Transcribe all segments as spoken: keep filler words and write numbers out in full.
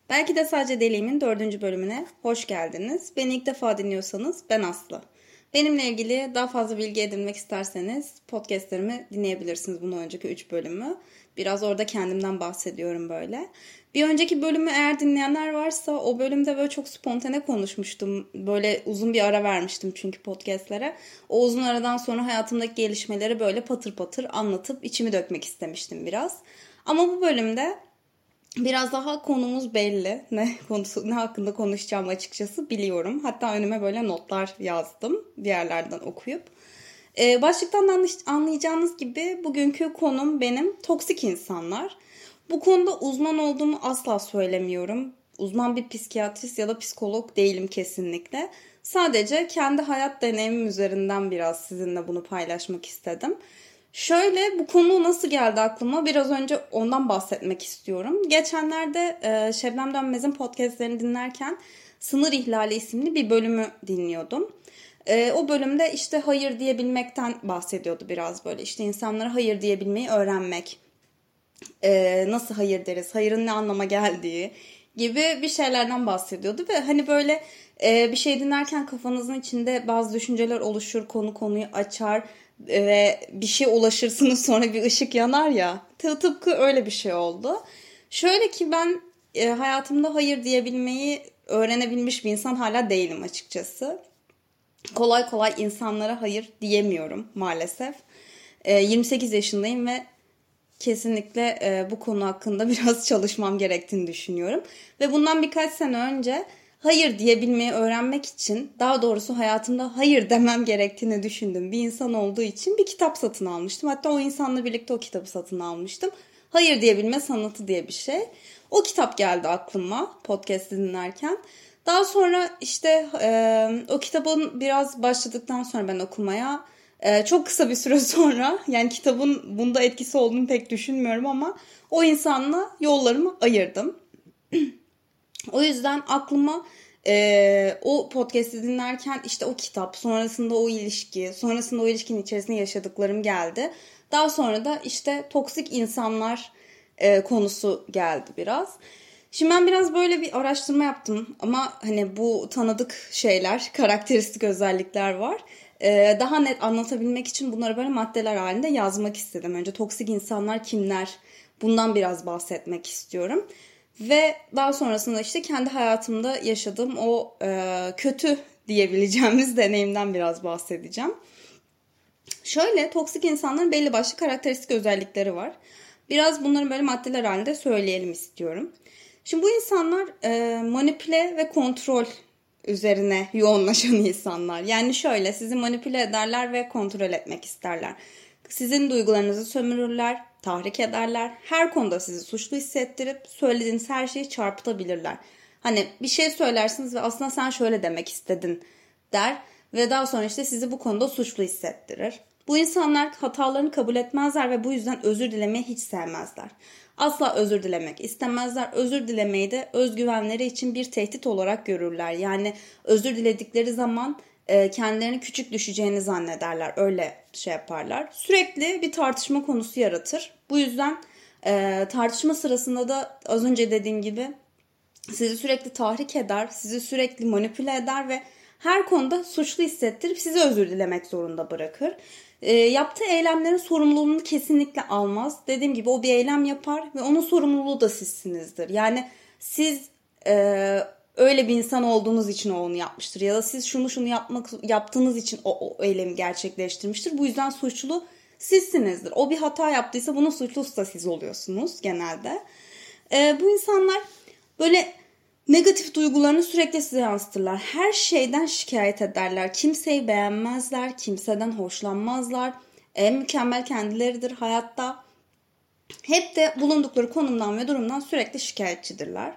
Belki de sadece Deliğim'in dördüncü bölümüne hoş geldiniz. Beni ilk defa dinliyorsanız ben Aslı. Benimle ilgili daha fazla bilgi edinmek isterseniz podcastlerimi dinleyebilirsiniz, bundan önceki üç bölümü. Biraz orada kendimden bahsediyorum böyle. Bir önceki bölümü eğer dinleyenler varsa o bölümde böyle çok spontane konuşmuştum. Böyle uzun bir ara vermiştim çünkü podcastlere. O uzun aradan sonra hayatımdaki gelişmeleri böyle patır patır anlatıp içimi dökmek istemiştim biraz. Ama bu bölümde biraz daha konumuz belli. Ne konusu, ne hakkında konuşacağım açıkçası biliyorum. Hatta önüme böyle notlar yazdım bir yerlerden okuyup. Ee, başlıktan anlayacağınız gibi bugünkü konum benim toksik insanlar. Bu konuda uzman olduğumu asla söylemiyorum. Uzman bir psikiyatrist ya da psikolog değilim kesinlikle. Sadece kendi hayat deneyimim üzerinden biraz sizinle bunu paylaşmak istedim. Şöyle, bu konu nasıl geldi aklıma? Biraz önce ondan bahsetmek istiyorum. Geçenlerde e, Şebnem Dönmez'in podcastlerini dinlerken Sınır İhlali isimli bir bölümü dinliyordum. E, o bölümde işte hayır diyebilmekten bahsediyordu biraz böyle. İşte insanlara hayır diyebilmeyi öğrenmek. E, nasıl hayır deriz, hayırın ne anlama geldiği gibi bir şeylerden bahsediyordu. Ve hani böyle e, bir şey dinlerken kafanızın içinde bazı düşünceler oluşur, konu konuyu açar ve bir şey ulaşırsınız, sonra bir ışık yanar ya. Tıpkı öyle bir şey oldu. Şöyle ki ben e, hayatımda hayır diyebilmeyi öğrenebilmiş bir insan hala değilim açıkçası. Kolay kolay insanlara hayır diyemiyorum maalesef. E, yirmi sekiz yaşındayım ve kesinlikle e, bu konu hakkında biraz çalışmam gerektiğini düşünüyorum. Ve bundan birkaç sene önce hayır diyebilmeyi öğrenmek için, daha doğrusu hayatımda hayır demem gerektiğini düşündüğüm bir insan olduğu için bir kitap satın almıştım. Hatta o insanla birlikte o kitabı satın almıştım. Hayır diyebilme sanatı diye bir şey. O kitap geldi aklıma podcast dinlerken. Daha sonra işte e, o kitabın biraz başladıktan sonra ben okumaya e, çok kısa bir süre sonra, yani kitabın bunda etkisi olduğunu pek düşünmüyorum ama o insanla yollarımı ayırdım. O yüzden aklıma e, o podcast'i dinlerken işte o kitap, sonrasında o ilişki, sonrasında o ilişkinin içerisinde yaşadıklarım geldi. Daha sonra da işte toksik insanlar e, konusu geldi biraz. Şimdi ben biraz böyle bir araştırma yaptım ama hani bu tanıdık şeyler, karakteristik özellikler var. Ee, daha net anlatabilmek için bunları böyle maddeler halinde yazmak istedim. Önce toksik insanlar kimler? Bundan biraz bahsetmek istiyorum. Ve daha sonrasında işte kendi hayatımda yaşadığım o e, kötü diyebileceğimiz deneyimden biraz bahsedeceğim. Şöyle, toksik insanların belli başlı karakteristik özellikleri var. Biraz bunları böyle maddeler halinde söyleyelim istiyorum. Şimdi bu insanlar e, manipüle ve kontrol üzerine yoğunlaşan insanlar. Yani şöyle, sizi manipüle ederler ve kontrol etmek isterler. Sizin duygularınızı sömürürler, tahrik ederler. Her konuda sizi suçlu hissettirip söylediğiniz her şeyi çarpıtabilirler. Hani bir şey söylersiniz ve aslında sen şöyle demek istedin der ve daha sonra işte sizi bu konuda suçlu hissettirir. Bu insanlar hatalarını kabul etmezler ve bu yüzden özür dilemeyi hiç sevmezler. Asla özür dilemek istemezler. Özür dilemeyi de özgüvenleri için bir tehdit olarak görürler. Yani özür diledikleri zaman e, kendilerini küçük düşeceğini zannederler. Öyle şey yaparlar. Sürekli bir tartışma konusu yaratır. Bu yüzden e, tartışma sırasında da az önce dediğim gibi sizi sürekli tahrik eder, sizi sürekli manipüle eder ve her konuda suçlu hissettirip sizi özür dilemek zorunda bırakır. E, yaptığı eylemlerin sorumluluğunu kesinlikle almaz. Dediğim gibi o bir eylem yapar ve onun sorumluluğu da sizsinizdir. Yani siz e, öyle bir insan olduğunuz için o onu yapmıştır. Ya da siz şunu şunu yapmak yaptığınız için o, o eylemi gerçekleştirmiştir. Bu yüzden suçlu sizsinizdir. O bir hata yaptıysa bunun suçlusu da siz oluyorsunuz genelde. E, bu insanlar böyle negatif duygularını sürekli size yansıtırlar. Her şeyden şikayet ederler. Kimseyi beğenmezler. Kimseden hoşlanmazlar. En mükemmel kendileridir hayatta. Hep de bulundukları konumdan ve durumdan sürekli şikayetçidirler.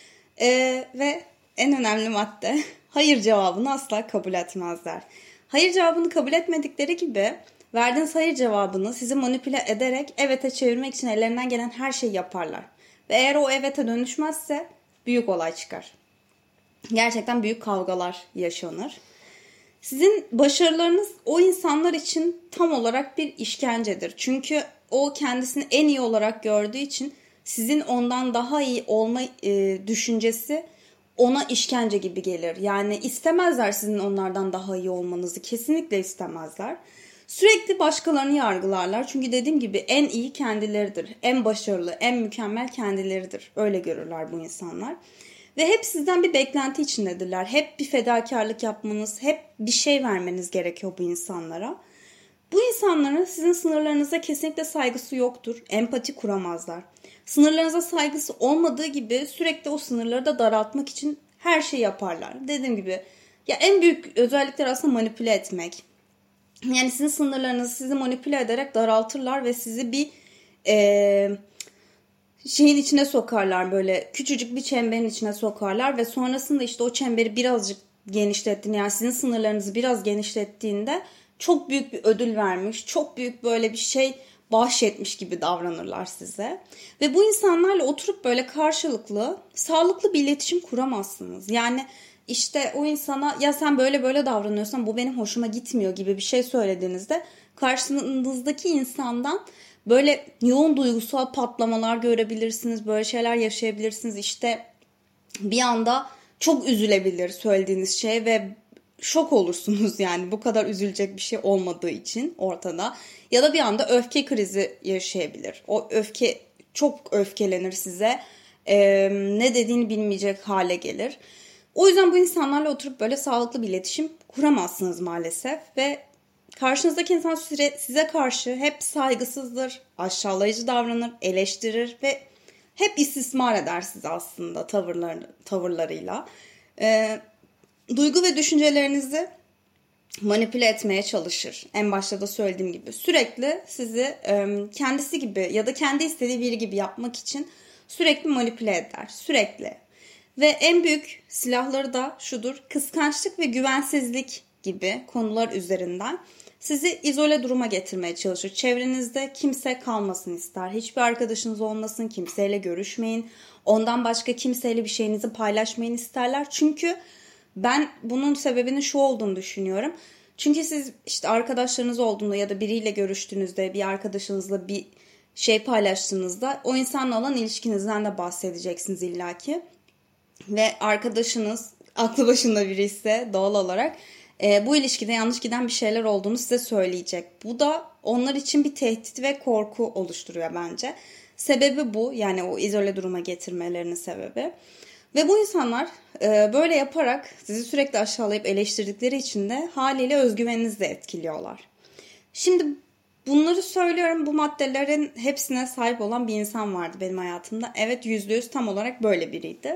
Ee, ve en önemli madde, hayır cevabını asla kabul etmezler. Hayır cevabını kabul etmedikleri gibi verdiğiniz hayır cevabını sizi manipüle ederek evete çevirmek için ellerinden gelen her şeyi yaparlar. Ve eğer o evete dönüşmezse büyük olay çıkar. Gerçekten büyük kavgalar yaşanır. Sizin başarılarınız o insanlar için tam olarak bir işkencedir. Çünkü o kendisini en iyi olarak gördüğü için sizin ondan daha iyi olma e, düşüncesi ona işkence gibi gelir. Yani istemezler sizin onlardan daha iyi olmanızı. Kesinlikle istemezler. Sürekli başkalarını yargılarlar. Çünkü dediğim gibi en iyi kendileridir. En başarılı, en mükemmel kendileridir. Öyle görürler bu insanlar. Ve hep sizden bir beklenti içindedirler. Hep bir fedakarlık yapmanız, hep bir şey vermeniz gerekiyor bu insanlara. Bu insanların sizin sınırlarınıza kesinlikle saygısı yoktur. Empati kuramazlar. Sınırlarınıza saygısı olmadığı gibi sürekli o sınırları da daraltmak için her şeyi yaparlar. Dediğim gibi ya en büyük özellikler aslında manipüle etmek. Yani sizin sınırlarınızı sizi manipüle ederek daraltırlar ve sizi bir e, şeyin içine sokarlar, böyle küçücük bir çemberin içine sokarlar ve sonrasında işte o çemberi birazcık genişlettiğinde, yani sizin sınırlarınızı biraz genişlettiğinde çok büyük bir ödül vermiş, çok büyük böyle bir şey bahşetmiş gibi davranırlar size. Ve bu insanlarla oturup böyle karşılıklı sağlıklı bir iletişim kuramazsınız. Yani işte o insana ya sen böyle böyle davranıyorsan bu benim hoşuma gitmiyor gibi bir şey söylediğinizde karşınızdaki insandan böyle yoğun duygusal patlamalar görebilirsiniz. Böyle şeyler yaşayabilirsiniz. İşte bir anda çok üzülebilir söylediğiniz şey ve şok olursunuz, yani bu kadar üzülecek bir şey olmadığı için ortada. Ya da bir anda öfke krizi yaşayabilir. O öfke, çok öfkelenir size. Ee, ne dediğini bilmeyecek hale gelir. O yüzden bu insanlarla oturup böyle sağlıklı bir iletişim kuramazsınız maalesef. Ve karşınızdaki insan size karşı hep saygısızdır, aşağılayıcı davranır, eleştirir ve hep istismar eder sizi aslında tavırlar, tavırlarıyla. Ee, duygu ve düşüncelerinizi manipüle etmeye çalışır. En başta da söylediğim gibi sürekli sizi kendisi gibi ya da kendi istediği biri gibi yapmak için sürekli manipüle eder. Sürekli. Ve en büyük silahları da şudur: kıskançlık ve güvensizlik gibi konular üzerinden sizi izole duruma getirmeye çalışır. Çevrenizde kimse kalmasın ister. Hiçbir arkadaşınız olmasın, kimseyle görüşmeyin. Ondan başka kimseyle bir şeyinizi paylaşmayın isterler. Çünkü ben bunun sebebinin şu olduğunu düşünüyorum. Çünkü siz işte arkadaşlarınız olduğunda ya da biriyle görüştüğünüzde, bir arkadaşınızla bir şey paylaştığınızda o insanla olan ilişkinizden de bahsedeceksiniz illaki. Ve arkadaşınız aklı başında biri ise doğal olarak e, bu ilişkide yanlış giden bir şeyler olduğunu size söyleyecek. Bu da onlar için bir tehdit ve korku oluşturuyor bence. Sebebi bu, yani o izole duruma getirmelerinin sebebi. Ve bu insanlar e, böyle yaparak sizi sürekli aşağılayıp eleştirdikleri için de haliyle özgüveninizi de etkiliyorlar. Şimdi bunları söylüyorum, bu maddelerin hepsine sahip olan bir insan vardı benim hayatımda. Evet, yüzde yüz tam olarak böyle biriydi.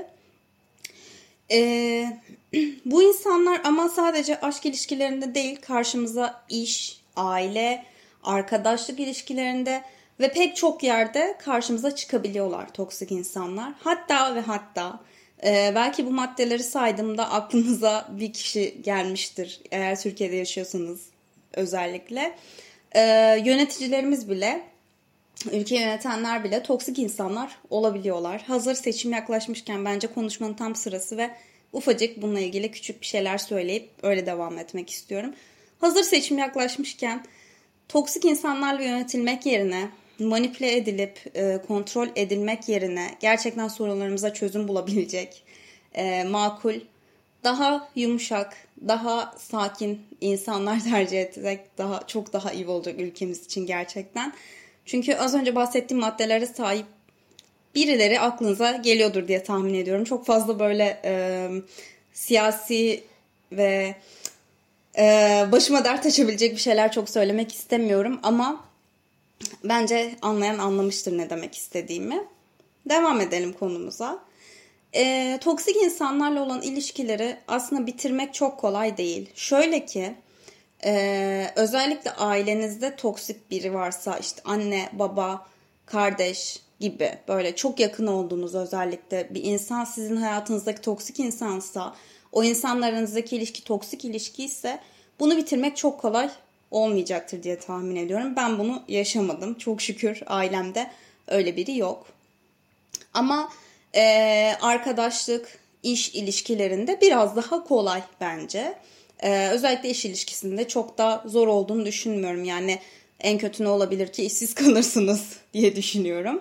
Ee, bu insanlar ama sadece aşk ilişkilerinde değil, karşımıza iş, aile, arkadaşlık ilişkilerinde ve pek çok yerde karşımıza çıkabiliyorlar toksik insanlar. Hatta ve hatta e, belki bu maddeleri saydığımda aklınıza bir kişi gelmiştir eğer Türkiye'de yaşıyorsanız özellikle. E, yöneticilerimiz bile, ülke yönetenler bile toksik insanlar olabiliyorlar. Hazır seçim yaklaşmışken bence konuşmanın tam sırası ve ufacık bununla ilgili küçük bir şeyler söyleyip öyle devam etmek istiyorum. Hazır seçim yaklaşmışken toksik insanlarla yönetilmek yerine, manipüle edilip e, kontrol edilmek yerine gerçekten sorunlarımıza çözüm bulabilecek, e, makul, daha yumuşak, daha sakin insanlar tercih etsek daha çok daha iyi olacak ülkemiz için gerçekten. Çünkü az önce bahsettiğim maddelere sahip birileri aklınıza geliyordur diye tahmin ediyorum. Çok fazla böyle e, siyasi ve e, başıma dert açabilecek bir şeyler çok söylemek istemiyorum. Ama bence anlayan anlamıştır ne demek istediğimi. Devam edelim konumuza. E, toksik insanlarla olan ilişkileri aslında bitirmek çok kolay değil. Şöyle ki, Ee, özellikle ailenizde toksik biri varsa, işte anne, baba, kardeş gibi böyle çok yakın olduğunuz özellikle bir insan sizin hayatınızdaki toksik insansa, o insanla aranızdaki ilişki toksik ilişki ise bunu bitirmek çok kolay olmayacaktır diye tahmin ediyorum. Ben bunu yaşamadım. Çok şükür ailemde öyle biri yok. Ama e, arkadaşlık, iş ilişkilerinde biraz daha kolay bence. Ee, özellikle iş ilişkisinde çok da zor olduğunu düşünmüyorum. Yani en kötü ne olabilir ki, işsiz kalırsınız diye düşünüyorum.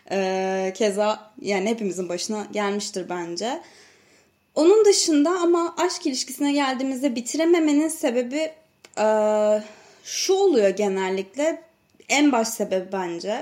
Ee, keza yani hepimizin başına gelmiştir bence. Onun dışında ama aşk ilişkisine geldiğimizde bitirememenin sebebi e, şu oluyor genellikle. En baş sebebi bence.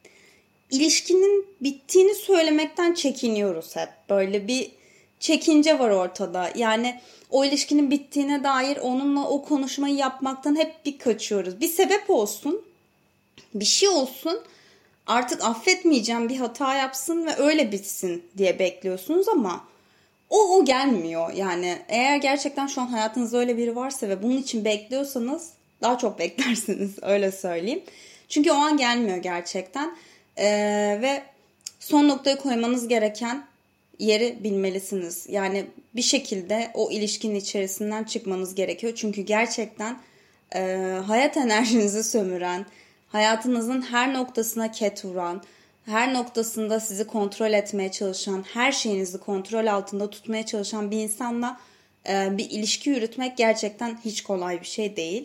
İlişkinin bittiğini söylemekten çekiniyoruz hep. Böyle bir çekince var ortada. Yani o ilişkinin bittiğine dair onunla o konuşmayı yapmaktan hep bir kaçıyoruz. Bir sebep olsun, bir şey olsun, artık affetmeyeceğim, bir hata yapsın ve öyle bitsin diye bekliyorsunuz ama o o gelmiyor. Yani eğer gerçekten şu an hayatınızda öyle biri varsa ve bunun için bekliyorsanız daha çok beklersiniz, öyle söyleyeyim. Çünkü o an gelmiyor gerçekten. Ee, ve son noktayı koymanız gereken yeri bilmelisiniz. Yani bir şekilde o ilişkinin içerisinden çıkmanız gerekiyor. Çünkü gerçekten e, hayat enerjinizi sömüren, hayatınızın her noktasına ket vuran, her noktasında sizi kontrol etmeye çalışan, her şeyinizi kontrol altında tutmaya çalışan bir insanla e, bir ilişki yürütmek gerçekten hiç kolay bir şey değil.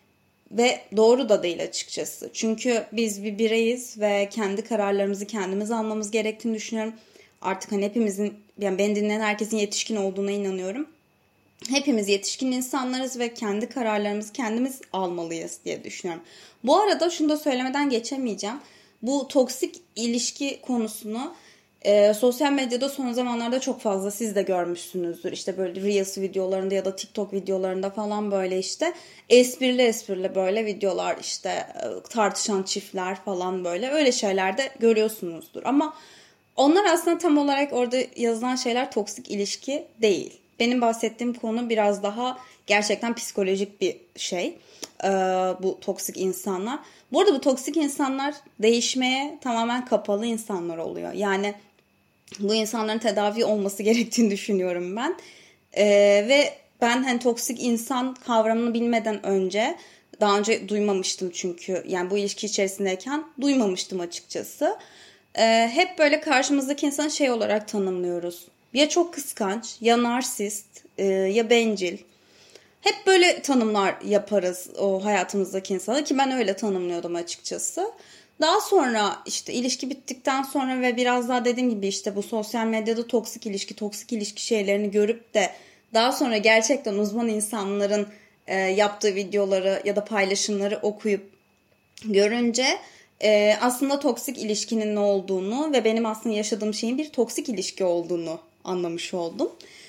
Ve doğru da değil açıkçası. Çünkü biz bir bireyiz ve kendi kararlarımızı kendimiz almamız gerektiğini düşünüyorum. Artık hani hepimizin, yani beni dinleyen herkesin yetişkin olduğuna inanıyorum. Hepimiz yetişkin insanlarız ve kendi kararlarımızı kendimiz almalıyız diye düşünüyorum. Bu arada şunu da söylemeden geçemeyeceğim. Bu toksik ilişki konusunu e, sosyal medyada son zamanlarda çok fazla siz de görmüşsünüzdür. İşte böyle Reels videolarında ya da TikTok videolarında falan böyle işte esprili esprili böyle videolar, işte e, tartışan çiftler falan, böyle öyle şeyler de görüyorsunuzdur. Ama onlar aslında tam olarak orada yazılan şeyler toksik ilişki değil. Benim bahsettiğim konu biraz daha gerçekten psikolojik bir şey. Ee, bu toksik insanlar. Bu arada bu toksik insanlar değişmeye tamamen kapalı insanlar oluyor. Yani bu insanların tedavi olması gerektiğini düşünüyorum ben. Ee, ve ben hani toksik insan kavramını bilmeden önce, daha önce duymamıştım çünkü. Yani bu ilişki içerisindeyken duymamıştım açıkçası. Ee, hep böyle karşımızdaki insanı şey olarak tanımlıyoruz. Ya çok kıskanç, ya narsist, e, ya bencil. Hep böyle tanımlar yaparız o hayatımızdaki insana, ki ben öyle tanımlıyordum açıkçası. Daha sonra işte ilişki bittikten sonra ve biraz daha dediğim gibi işte bu sosyal medyada toksik ilişki, toksik ilişki şeylerini görüp de daha sonra gerçekten uzman insanların e, yaptığı videoları ya da paylaşımları okuyup görünce e, aslında toksik ilişkinin ne olduğunu ve benim aslında yaşadığım şeyin bir toksik ilişki olduğunu anlamış oldum.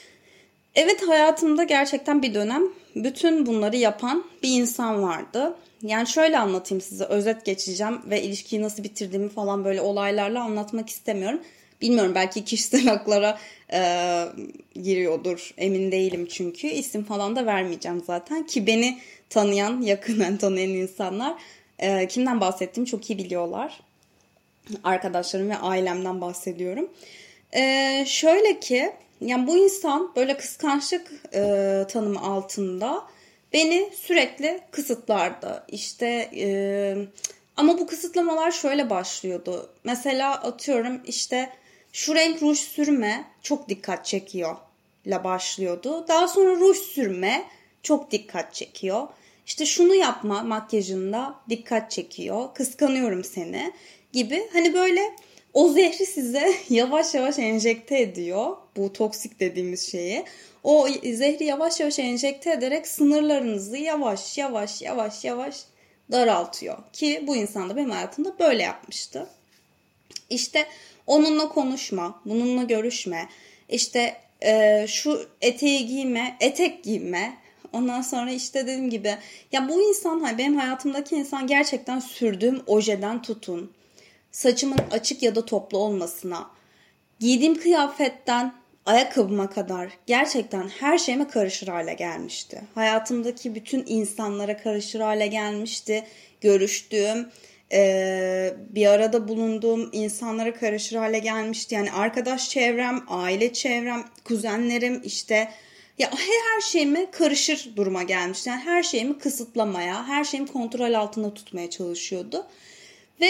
Evet, hayatımda gerçekten bir dönem bütün bunları yapan bir insan vardı. Yani şöyle anlatayım size, özet geçeceğim ve ilişkiyi nasıl bitirdiğimi falan böyle olaylarla anlatmak istemiyorum. Bilmiyorum, belki kişisel haklara e, giriyordur, emin değilim çünkü. İsim falan da vermeyeceğim zaten, ki beni tanıyan, yakından tanıyan insanlar e, kimden bahsettiğimi çok iyi biliyorlar. Arkadaşlarım ve ailemden bahsediyorum. E, şöyle ki, yani bu insan böyle kıskançlık e, tanımı altında beni sürekli kısıtlardı. İşte e, ama bu kısıtlamalar şöyle başlıyordu. Mesela atıyorum işte şu renk ruj sürme çok dikkat çekiyor ile başlıyordu. Daha sonra ruj sürme çok dikkat çekiyor. İşte şunu yapma makyajında dikkat çekiyor. Kıskanıyorum seni gibi. Hani böyle o zehri size yavaş yavaş enjekte ediyor. Bu toksik dediğimiz şeyi. O zehri yavaş yavaş enjekte ederek sınırlarınızı yavaş yavaş yavaş yavaş daraltıyor. Ki bu insan da benim hayatımda böyle yapmıştı. İşte onunla konuşma, bununla görüşme, işte e, şu eteği giyme, etek giyme. Ondan sonra işte dediğim gibi, ya bu insan, benim hayatımdaki insan gerçekten sürdüğüm ojeden tutun, saçımın açık ya da toplu olmasına, giydiğim kıyafetten ayakkabıma kadar gerçekten her şeyime karışır hale gelmişti. Hayatımdaki bütün insanlara karışır hale gelmişti. Görüştüğüm, e, bir arada bulunduğum insanlara karışır hale gelmişti. Yani arkadaş çevrem, aile çevrem, kuzenlerim, işte ya her şeyime karışır duruma gelmişti. Yani her şeyimi kısıtlamaya, her şeyimi kontrol altında tutmaya çalışıyordu. Ve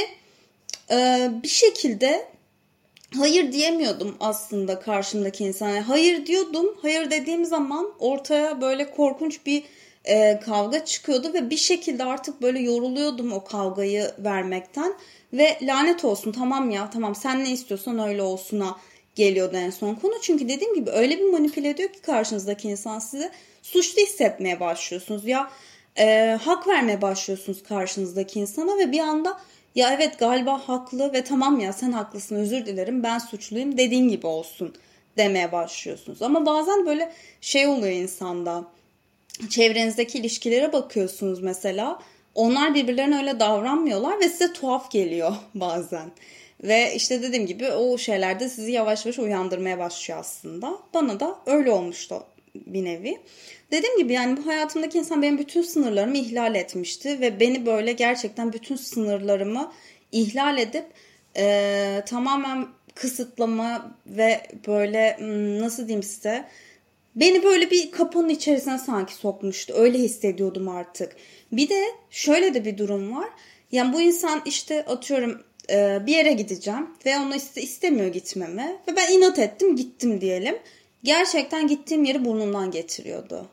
e, bir şekilde hayır diyemiyordum aslında karşımdaki insana. Hayır diyordum. Hayır dediğim zaman ortaya böyle korkunç bir e, kavga çıkıyordu ve bir şekilde artık böyle yoruluyordum o kavgayı vermekten Ve lanet olsun, tamam ya tamam sen ne istiyorsan öyle olsuna geliyordu en son konu. Çünkü dediğim gibi öyle bir manipüle ediyor ki karşınızdaki insan sizi suçlu hissetmeye başlıyorsunuz. Ya e, hak vermeye başlıyorsunuz karşınızdaki insana ve bir anda ya evet galiba haklı ve tamam ya sen haklısın, özür dilerim, ben suçluyum, dediğin gibi olsun demeye başlıyorsunuz. Ama bazen böyle şey oluyor insanda. Çevrenizdeki ilişkilere bakıyorsunuz mesela. Onlar birbirlerine öyle davranmıyorlar ve size tuhaf geliyor bazen. Ve işte dediğim gibi o şeyler de sizi yavaş yavaş uyandırmaya başlıyor aslında. Bana da öyle olmuştu bir nevi. Dediğim gibi yani bu hayatımdaki insan benim bütün sınırlarımı ihlal etmişti. Ve beni böyle gerçekten bütün sınırlarımı ihlal edip e, tamamen kısıtlama ve böyle nasıl diyeyim size, beni böyle bir kapının içerisine sanki sokmuştu. Öyle hissediyordum artık. Bir de şöyle de bir durum var. Yani bu insan işte atıyorum bir yere gideceğim ve onu istemiyor gitmemi. Ve ben inat ettim gittim diyelim. Gerçekten gittiğim yeri burnundan getiriyordu.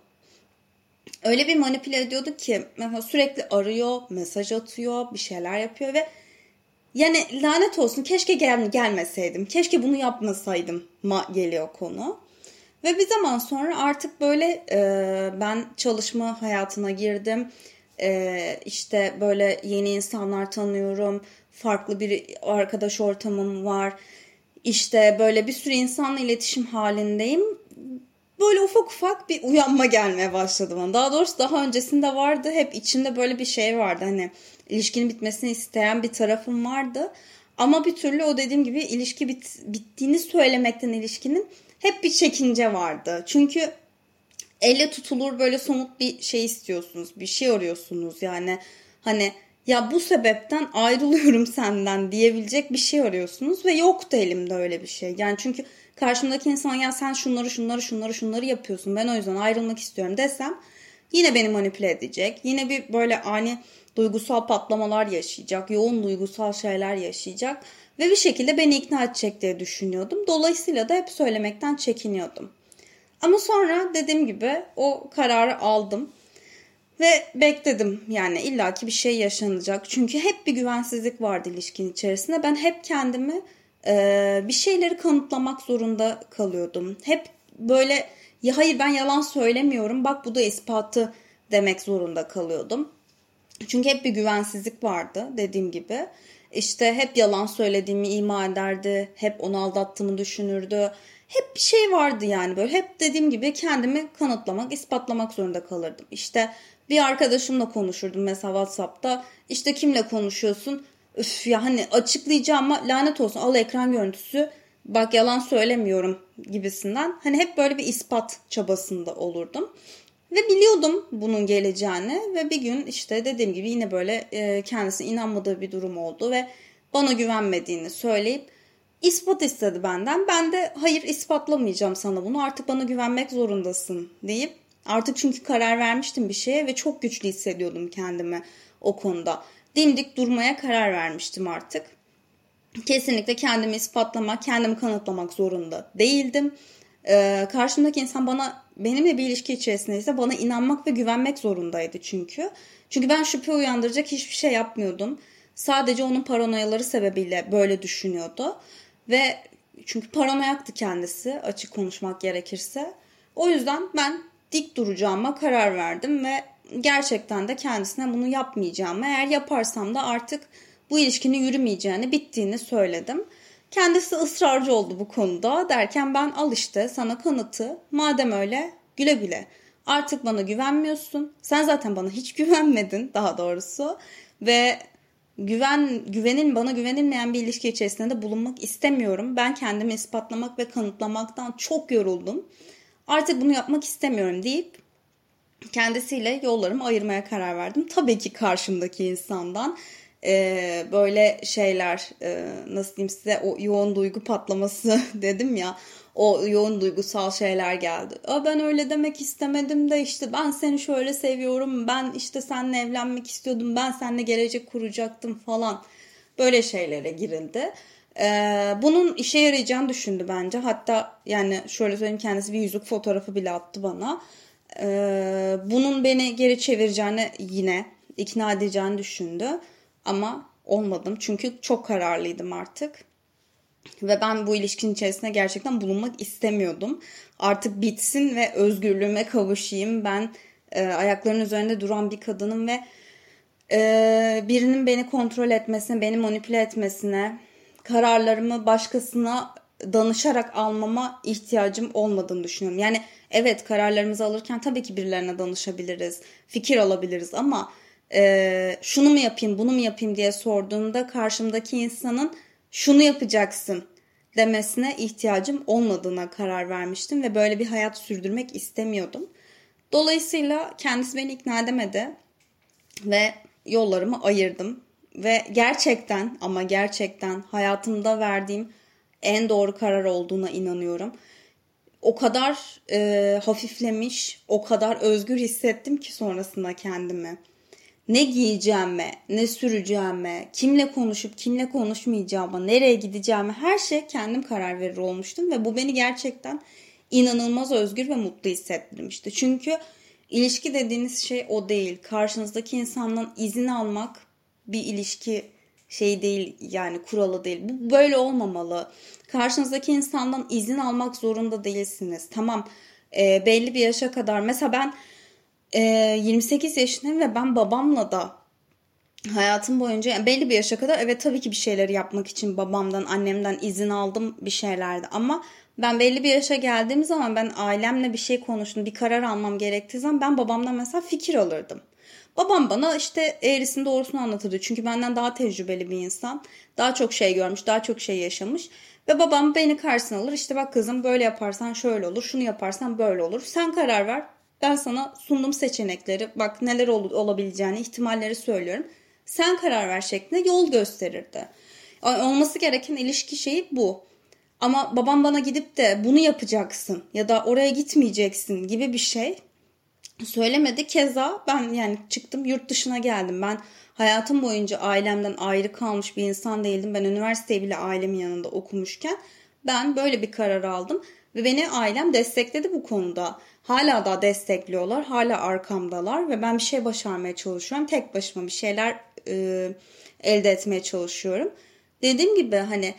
Öyle bir manipüle ediyordu ki mesela sürekli arıyor, mesaj atıyor, bir şeyler yapıyor ve yani lanet olsun keşke gel- gelmeseydim. Keşke bunu yapmasaydım ma geliyor konu. Ve bir zaman sonra artık böyle e, ben çalışma hayatına girdim. E, işte böyle yeni insanlar tanıyorum. Farklı bir arkadaş ortamım var. İşte böyle bir sürü insanla iletişim halindeyim. Böyle ufak ufak bir uyanma gelmeye başladı bana. Daha doğrusu daha öncesinde vardı. Hep içimde böyle bir şey vardı. Hani ilişkinin bitmesini isteyen bir tarafım vardı. Ama bir türlü o dediğim gibi ilişki bit, bittiğini söylemekten ilişkinin hep bir çekince vardı. Çünkü elle tutulur böyle somut bir şey istiyorsunuz. Bir şey arıyorsunuz yani. Hani ya bu sebepten ayrılıyorum senden diyebilecek bir şey arıyorsunuz. Ve yoktu elimde öyle bir şey. Yani çünkü karşımdaki insan ya sen şunları şunları şunları şunları yapıyorsun, ben o yüzden ayrılmak istiyorum desem yine beni manipüle edecek. Yine bir böyle ani duygusal patlamalar yaşayacak. Yoğun duygusal şeyler yaşayacak. Ve bir şekilde beni ikna edecek diye düşünüyordum. Dolayısıyla da hep söylemekten çekiniyordum. Ama sonra dediğim gibi o kararı aldım. Ve bekledim yani illaki bir şey yaşanacak. Çünkü hep bir güvensizlik vardı ilişkinin içerisinde. Ben hep kendimi e, bir şeyleri kanıtlamak zorunda kalıyordum. Hep böyle ya hayır ben yalan söylemiyorum bak bu da ispatı demek zorunda kalıyordum. Çünkü hep bir güvensizlik vardı dediğim gibi. İşte hep yalan söylediğimi ima ederdi. Hep onu aldattığımı düşünürdü. Hep bir şey vardı yani böyle. Hep dediğim gibi kendimi kanıtlamak, ispatlamak zorunda kalırdım. İşte bir arkadaşımla konuşurdum mesela WhatsApp'ta. İşte kimle konuşuyorsun? Üf ya hani açıklayacağım ama lanet olsun al ekran görüntüsü. Bak yalan söylemiyorum gibisinden. Hani hep böyle bir ispat çabasında olurdum. Ve biliyordum bunun geleceğini ve bir gün işte dediğim gibi yine böyle e, kendisine inanmadığı bir durum oldu ve bana güvenmediğini söyleyip ispat istedi benden. Ben de hayır ispatlamayacağım sana bunu, artık bana güvenmek zorundasın deyip artık çünkü karar vermiştim bir şeye ve çok güçlü hissediyordum kendimi o konuda. Dimdik durmaya karar vermiştim artık. Kesinlikle kendimi ispatlamak, kendimi kanıtlamak zorunda değildim. Ee, karşımdaki insan bana benimle bir ilişki içerisindeyse bana inanmak ve güvenmek zorundaydı çünkü. Çünkü ben şüphe uyandıracak hiçbir şey yapmıyordum. Sadece onun paranoyaları sebebiyle böyle düşünüyordu. Ve çünkü paranoyaktı kendisi, açık konuşmak gerekirse. O yüzden ben dik duracağıma karar verdim ve gerçekten de kendisine bunu yapmayacağımı, eğer yaparsam da artık bu ilişkinin yürümeyeceğini, bittiğini söyledim. Kendisi ısrarcı oldu bu konuda derken ben al işte sana kanıtı, madem öyle güle güle. Artık bana güvenmiyorsun. Sen zaten bana hiç güvenmedin daha doğrusu. Ve güven güvenin bana güvenilmeyen bir ilişki içerisinde de bulunmak istemiyorum. Ben kendimi ispatlamak ve kanıtlamaktan çok yoruldum. Artık bunu yapmak istemiyorum deyip kendisiyle yollarımı ayırmaya karar verdim. Tabii ki karşımdaki insandan Ee, böyle şeyler e, nasıl diyeyim size, o yoğun duygu patlaması dedim ya, o yoğun duygusal şeyler geldi. Aa, ben öyle demek istemedim de işte ben seni şöyle seviyorum, ben işte seninle evlenmek istiyordum, ben seninle gelecek kuracaktım falan, böyle şeylere girildi. Ee, bunun işe yarayacağını düşündü bence, hatta yani şöyle söyleyeyim kendisi bir yüzük fotoğrafı bile attı bana. Ee, bunun beni geri çevireceğini, yine ikna edeceğini düşündü. Ama olmadım. Çünkü çok kararlıydım artık. Ve ben bu ilişkinin içerisinde gerçekten bulunmak istemiyordum. Artık bitsin ve özgürlüğüme kavuşayım. Ben e, ayaklarının üzerinde duran bir kadınım ve e, birinin beni kontrol etmesine, beni manipüle etmesine, kararlarımı başkasına danışarak almama ihtiyacım olmadığını düşünüyorum. Yani evet, kararlarımızı alırken tabii ki birilerine danışabiliriz, fikir alabiliriz ama e, şunu mu yapayım, bunu mu yapayım diye sorduğumda karşımdaki insanın şunu yapacaksın demesine ihtiyacım olmadığına karar vermiştim ve böyle bir hayat sürdürmek istemiyordum. Dolayısıyla kendisi beni ikna edemedi ve yollarımı ayırdım. Ve gerçekten ama gerçekten hayatımda verdiğim en doğru karar olduğuna inanıyorum. O kadar e, hafiflemiş, o kadar özgür hissettim ki sonrasında kendimi. Ne giyeceğime, ne süreceğime, kimle konuşup kimle konuşmayacağıma, nereye gideceğime her şey kendim karar verir olmuştum. Ve bu beni gerçekten inanılmaz özgür ve mutlu hissettirmişti. Çünkü ilişki dediğiniz şey o değil. Karşınızdaki insandan izin almak bir ilişki şey değil, yani kuralı değil. Bu böyle olmamalı. Karşınızdaki insandan izin almak zorunda değilsiniz. Tamam, e, belli bir yaşa kadar mesela ben e, yirmi sekiz yaşındayım ve ben babamla da hayatım boyunca yani belli bir yaşa kadar evet tabii ki bir şeyleri yapmak için babamdan, annemden izin aldım bir şeylerde ama ben belli bir yaşa geldiğim zaman ben ailemle bir şey konuştum, bir karar almam gerektiği zaman ben babamdan mesela fikir alırdım. Babam bana işte eğrisini doğrusunu anlatırdı. Çünkü benden daha tecrübeli bir insan. Daha çok şey görmüş, daha çok şey yaşamış. Ve babam beni karşısına alır. İşte bak kızım, böyle yaparsan şöyle olur, şunu yaparsan böyle olur. Sen karar ver. Ben sana sundum seçenekleri. Bak neler ol- olabileceğini, ihtimalleri söylüyorum. Sen karar ver şeklinde yol gösterirdi. Yani olması gereken ilişki şeyi bu. Ama babam bana gidip de bunu yapacaksın ya da oraya gitmeyeceksin gibi bir şey söylemedi. Keza ben yani çıktım, yurt dışına geldim. Ben hayatım boyunca ailemden ayrı kalmış bir insan değildim. Ben üniversiteyi bile ailemin yanında okumuşken ben böyle bir karar aldım. Ve beni ailem destekledi bu konuda. Hala da destekliyorlar. Hala arkamdalar. Ve ben bir şey başarmaya çalışıyorum. Tek başıma bir şeyler e, elde etmeye çalışıyorum. Dediğim gibi hani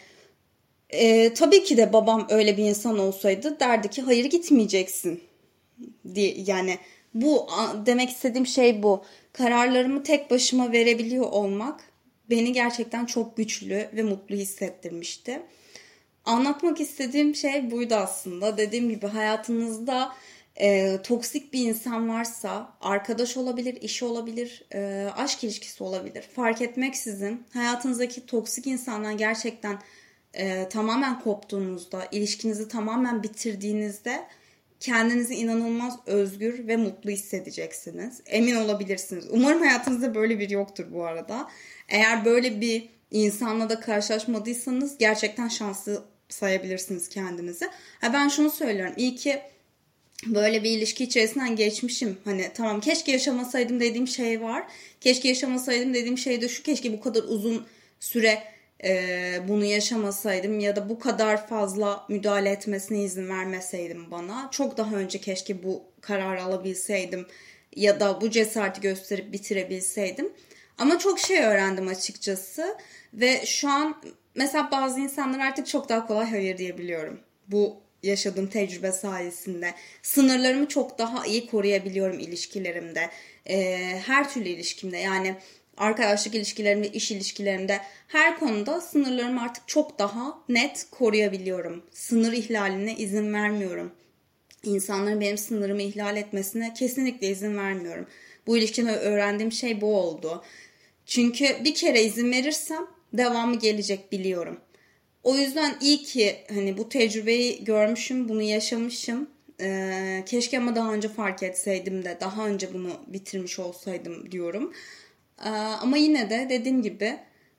e, tabii ki de babam öyle bir insan olsaydı derdi ki hayır gitmeyeceksin diye. Yani bu demek istediğim şey bu. Kararlarımı tek başıma verebiliyor olmak beni gerçekten çok güçlü ve mutlu hissettirmişti. Anlatmak istediğim şey buydu aslında. Dediğim gibi hayatınızda e, toksik bir insan varsa arkadaş olabilir, iş olabilir, e, aşk ilişkisi olabilir. Fark etmeksizin hayatınızdaki toksik insandan gerçekten e, tamamen koptuğunuzda, ilişkinizi tamamen bitirdiğinizde kendinizi inanılmaz özgür ve mutlu hissedeceksiniz. Emin olabilirsiniz. Umarım hayatınızda böyle biri yoktur bu arada. Eğer böyle bir insanla da karşılaşmadıysanız gerçekten şanslı sayabilirsiniz kendinizi. Ha, ben şunu söylüyorum. İyi ki böyle bir ilişki içerisinden geçmişim. Hani tamam, keşke yaşamasaydım dediğim şey var. Keşke yaşamasaydım dediğim şey de şu: keşke bu kadar uzun süre e, bunu yaşamasaydım ya da bu kadar fazla müdahale etmesine izin vermeseydim bana. Çok daha önce keşke bu kararı alabilseydim ya da bu cesareti gösterip bitirebilseydim. Ama çok şey öğrendim açıkçası ve şu an mesela bazı insanlar artık çok daha kolay hayır diyebiliyorum. Bu yaşadığım tecrübe sayesinde sınırlarımı çok daha iyi koruyabiliyorum ilişkilerimde. Ee, her türlü ilişkimde, yani arkadaşlık ilişkilerimde, iş ilişkilerimde, her konuda sınırlarımı artık çok daha net koruyabiliyorum. Sınır ihlaline izin vermiyorum. İnsanların benim sınırımı ihlal etmesine kesinlikle izin vermiyorum. Bu ilişkide öğrendiğim şey bu oldu. Çünkü bir kere izin verirsem devamı gelecek, biliyorum. O yüzden iyi ki hani bu tecrübeyi görmüşüm, bunu yaşamışım. Ee, keşke ama daha önce fark etseydim de daha önce bunu bitirmiş olsaydım diyorum. Ee, ama yine de dediğim gibi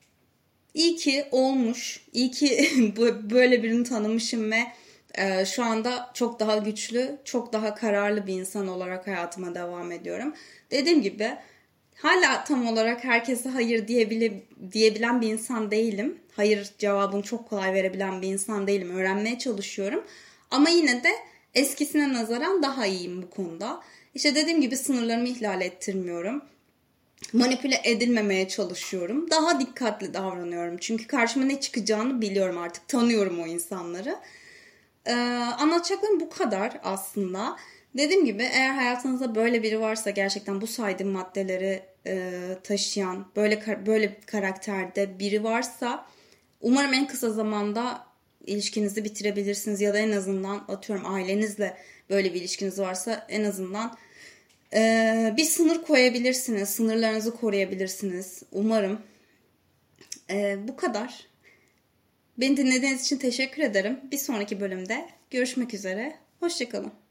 iyi ki olmuş, iyi ki böyle birini tanımışım ve e, şu anda çok daha güçlü, çok daha kararlı bir insan olarak hayatıma devam ediyorum. Dediğim gibi hala tam olarak herkese hayır diyebile, diyebilen bir insan değilim. Hayır cevabını çok kolay verebilen bir insan değilim. Öğrenmeye çalışıyorum. Ama yine de eskisine nazaran daha iyiyim bu konuda. İşte dediğim gibi sınırlarımı ihlal ettirmiyorum. manipüle edilmemeye çalışıyorum. Daha dikkatli davranıyorum. Çünkü karşıma ne çıkacağını biliyorum artık. Tanıyorum o insanları. Ee, anlatacaklarım bu kadar aslında. Dediğim gibi eğer hayatınızda böyle biri varsa, gerçekten bu saydığım maddeleri e, taşıyan, böyle böyle bir karakterde biri varsa, umarım en kısa zamanda ilişkinizi bitirebilirsiniz. Ya da en azından, atıyorum, ailenizle böyle bir ilişkiniz varsa en azından e, bir sınır koyabilirsiniz. Sınırlarınızı koruyabilirsiniz. Umarım. E, bu kadar. Beni dinlediğiniz için teşekkür ederim. Bir sonraki bölümde görüşmek üzere. Hoşça kalın.